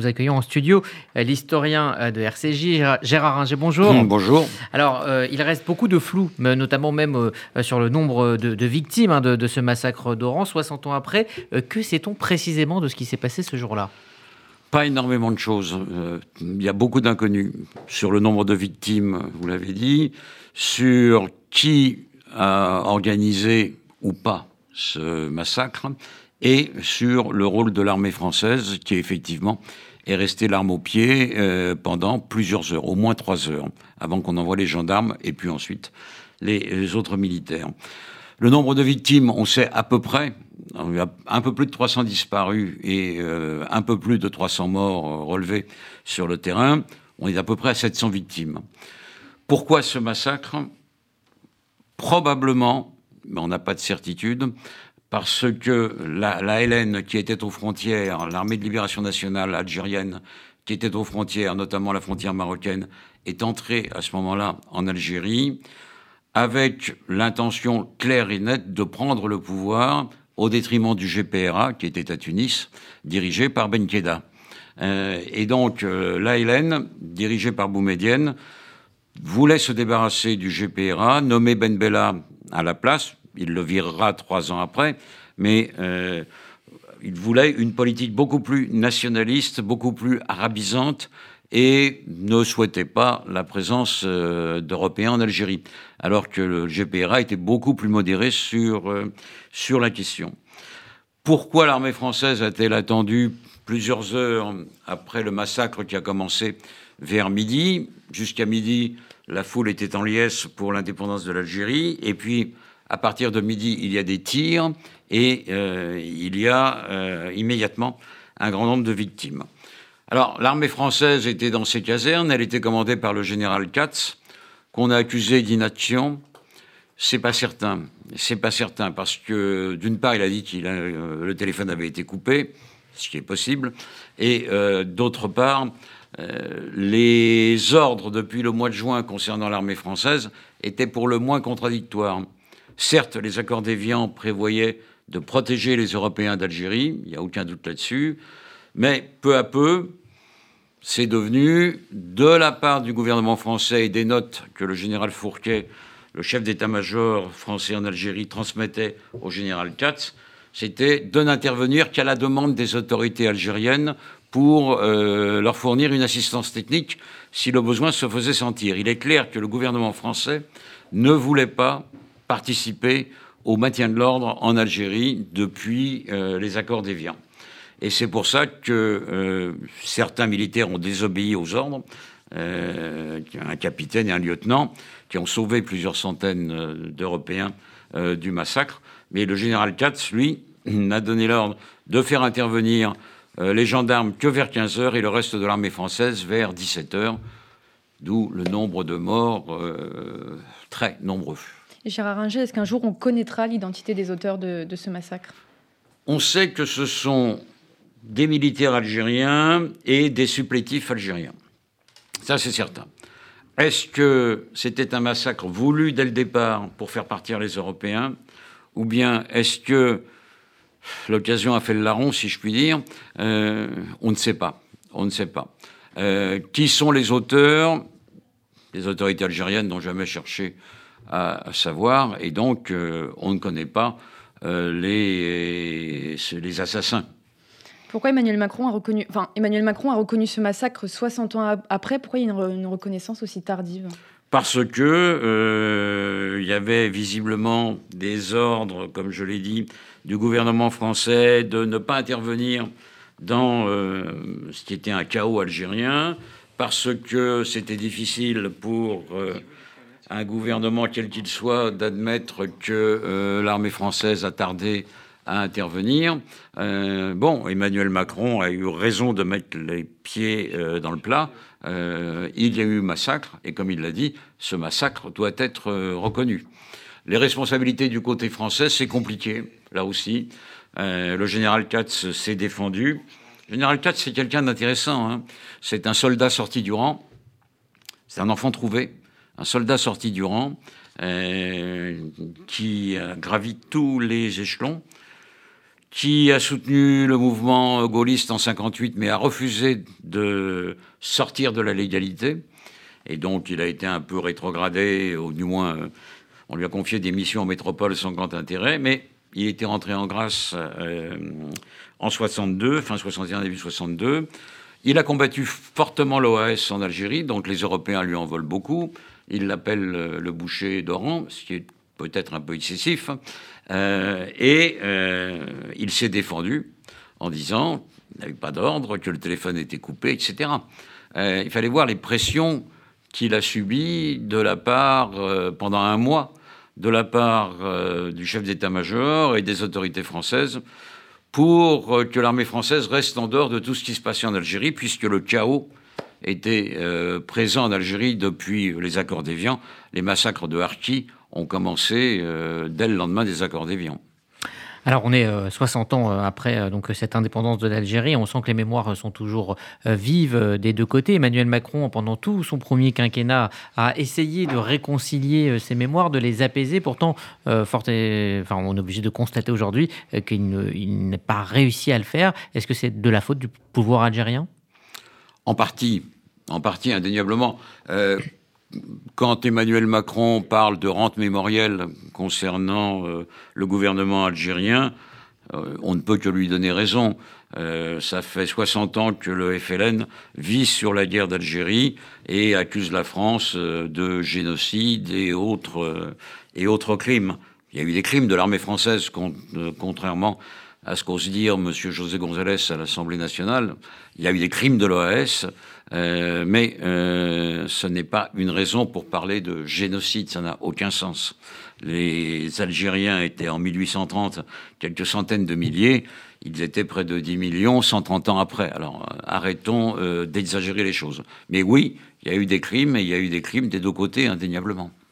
accueillons en studio l'historien de RCJ, Gérard Ringer. Bonjour. Bonjour. Alors, il reste beaucoup de flou, notamment même sur le nombre de victimes de ce massacre d'Oran, 60 ans après. Que sait-on précisément de ce qui s'est passé ce jour-là ? Pas énormément de choses. Il y a beaucoup d'inconnus sur le nombre de victimes, vous l'avez dit, sur qui a organisé ou pas ce massacre, et sur le rôle de l'armée française, qui effectivement est restée l'arme au pied pendant plusieurs heures, au moins 3 heures, avant qu'on envoie les gendarmes et puis ensuite les autres militaires. Le nombre de victimes, on sait à peu près. Il y a un peu plus de 300 disparus et un peu plus de 300 morts relevés sur le terrain. On est à peu près à 700 victimes. Pourquoi ce massacre ? Probablement, mais on n'a pas de certitude, parce que la LN qui était aux frontières, l'armée de libération nationale algérienne qui était aux frontières, notamment la frontière marocaine, est entrée à ce moment-là en Algérie avec l'intention claire et nette de prendre le pouvoir au détriment du GPRA, qui était à Tunis, dirigé par Ben Khedda. Et donc, l'ALN, dirigée par Boumedienne, voulait se débarrasser du GPRA, nommer Ben Bella à la place. Il le virera 3 ans après, mais il voulait une politique beaucoup plus nationaliste, beaucoup plus arabisante, et ne souhaitait pas la présence d'Européens en Algérie, alors que le GPRA était beaucoup plus modéré sur la question. Pourquoi l'armée française a-t-elle attendu plusieurs heures après le massacre qui a commencé vers midi ? Jusqu'à midi, la foule était en liesse pour l'indépendance de l'Algérie, et puis à partir de midi, il y a des tirs, et il y a immédiatement un grand nombre de victimes. Alors, l'armée française était dans ses casernes, elle était commandée par le général Katz, qu'on a accusé d'inaction. C'est pas certain, parce que, d'une part, il a dit que le téléphone avait été coupé, ce qui est possible, et d'autre part, les ordres depuis le mois de juin concernant l'armée française étaient pour le moins contradictoires. Certes, les accords d'Évian prévoyaient de protéger les Européens d'Algérie, il n'y a aucun doute là-dessus, mais peu à peu, c'est devenu, de la part du gouvernement français et des notes que le général Fourquet, le chef d'état-major français en Algérie, transmettait au général Katz, c'était de n'intervenir qu'à la demande des autorités algériennes pour leur fournir une assistance technique si le besoin se faisait sentir. Il est clair que le gouvernement français ne voulait pas participer au maintien de l'ordre en Algérie depuis les accords d'Évian. Et c'est pour ça que certains militaires ont désobéi aux ordres, un capitaine et un lieutenant, qui ont sauvé plusieurs centaines d'Européens du massacre. Mais le général Katz, lui, n'a donné l'ordre de faire intervenir les gendarmes que vers 15h et le reste de l'armée française vers 17h, d'où le nombre de morts très nombreux. Et Gérard Ringer, est-ce qu'un jour on connaîtra l'identité des auteurs de ce massacre ? On sait que ce sont des militaires algériens et des supplétifs algériens. Ça, c'est certain. Est-ce que c'était un massacre voulu dès le départ pour faire partir les Européens ? Ou bien est-ce que l'occasion a fait le larron, si je puis dire ? On ne sait pas. On ne sait pas. Qui sont les auteurs ? Les autorités algériennes n'ont jamais cherché à savoir. Et donc, on ne connaît pas les assassins. Pourquoi Emmanuel Macron a reconnu ce massacre 60 ans après ? Pourquoi il y a une reconnaissance aussi tardive ? Parce que y avait visiblement des ordres, comme je l'ai dit, du gouvernement français de ne pas intervenir dans ce qui était un chaos algérien, parce que c'était difficile pour un gouvernement, quel qu'il soit, d'admettre que l'armée française a tardé à intervenir. Emmanuel Macron a eu raison de mettre les pieds dans le plat. Il y a eu massacre, et comme il l'a dit, ce massacre doit être reconnu. Les responsabilités du côté français, c'est compliqué, là aussi. Le général Katz s'est défendu. Le général Katz, c'est quelqu'un d'intéressant, hein. C'est un soldat sorti du rang. C'est un enfant trouvé. Un soldat sorti du rang qui gravit tous les échelons, qui a soutenu le mouvement gaulliste en 58, mais a refusé de sortir de la légalité. Et donc, il a été un peu rétrogradé, ou du moins, on lui a confié des missions en métropole sans grand intérêt, mais il était rentré en grâce en 62, fin 61, début 62. Il a combattu fortement l'OAS en Algérie, donc les Européens lui en veulent beaucoup. Il l'appelle le boucher d'Oran, ce qui est peut-être un peu excessif. Il s'est défendu en disant qu'il n'avait pas d'ordre, que le téléphone était coupé, etc. Il fallait voir les pressions qu'il a subies de la part, pendant un mois, de la part du chef d'état-major et des autorités françaises pour que l'armée française reste en dehors de tout ce qui se passait en Algérie, puisque le chaos était présent en Algérie depuis les accords d'Évian. Les massacres de Harki ont commencé dès le lendemain des accords d'Évian. Alors on est 60 ans après donc cette indépendance de l'Algérie. On sent que les mémoires sont toujours vives des deux côtés. Emmanuel Macron, pendant tout son premier quinquennat, a essayé de réconcilier ces mémoires, de les apaiser. Pourtant, on est obligé de constater aujourd'hui qu'il n'a pas réussi à le faire. Est-ce que c'est de la faute du pouvoir algérien ? En partie, indéniablement. Quand Emmanuel Macron parle de rente mémorielle concernant le gouvernement algérien, on ne peut que lui donner raison. Ça fait 60 ans que le FLN vise sur la guerre d'Algérie et accuse la France de génocide et autres crimes. Il y a eu des crimes de l'armée française, contrairement à ce qu'ose dire M. José González à l'Assemblée nationale. Il y a eu des crimes de l'OAS, mais ce n'est pas une raison pour parler de génocide, ça n'a aucun sens. Les Algériens étaient en 1830 quelques centaines de milliers, ils étaient près de 10 millions 130 ans après. Alors arrêtons d'exagérer les choses. Mais oui, il y a eu des crimes, et il y a eu des crimes des deux côtés, indéniablement.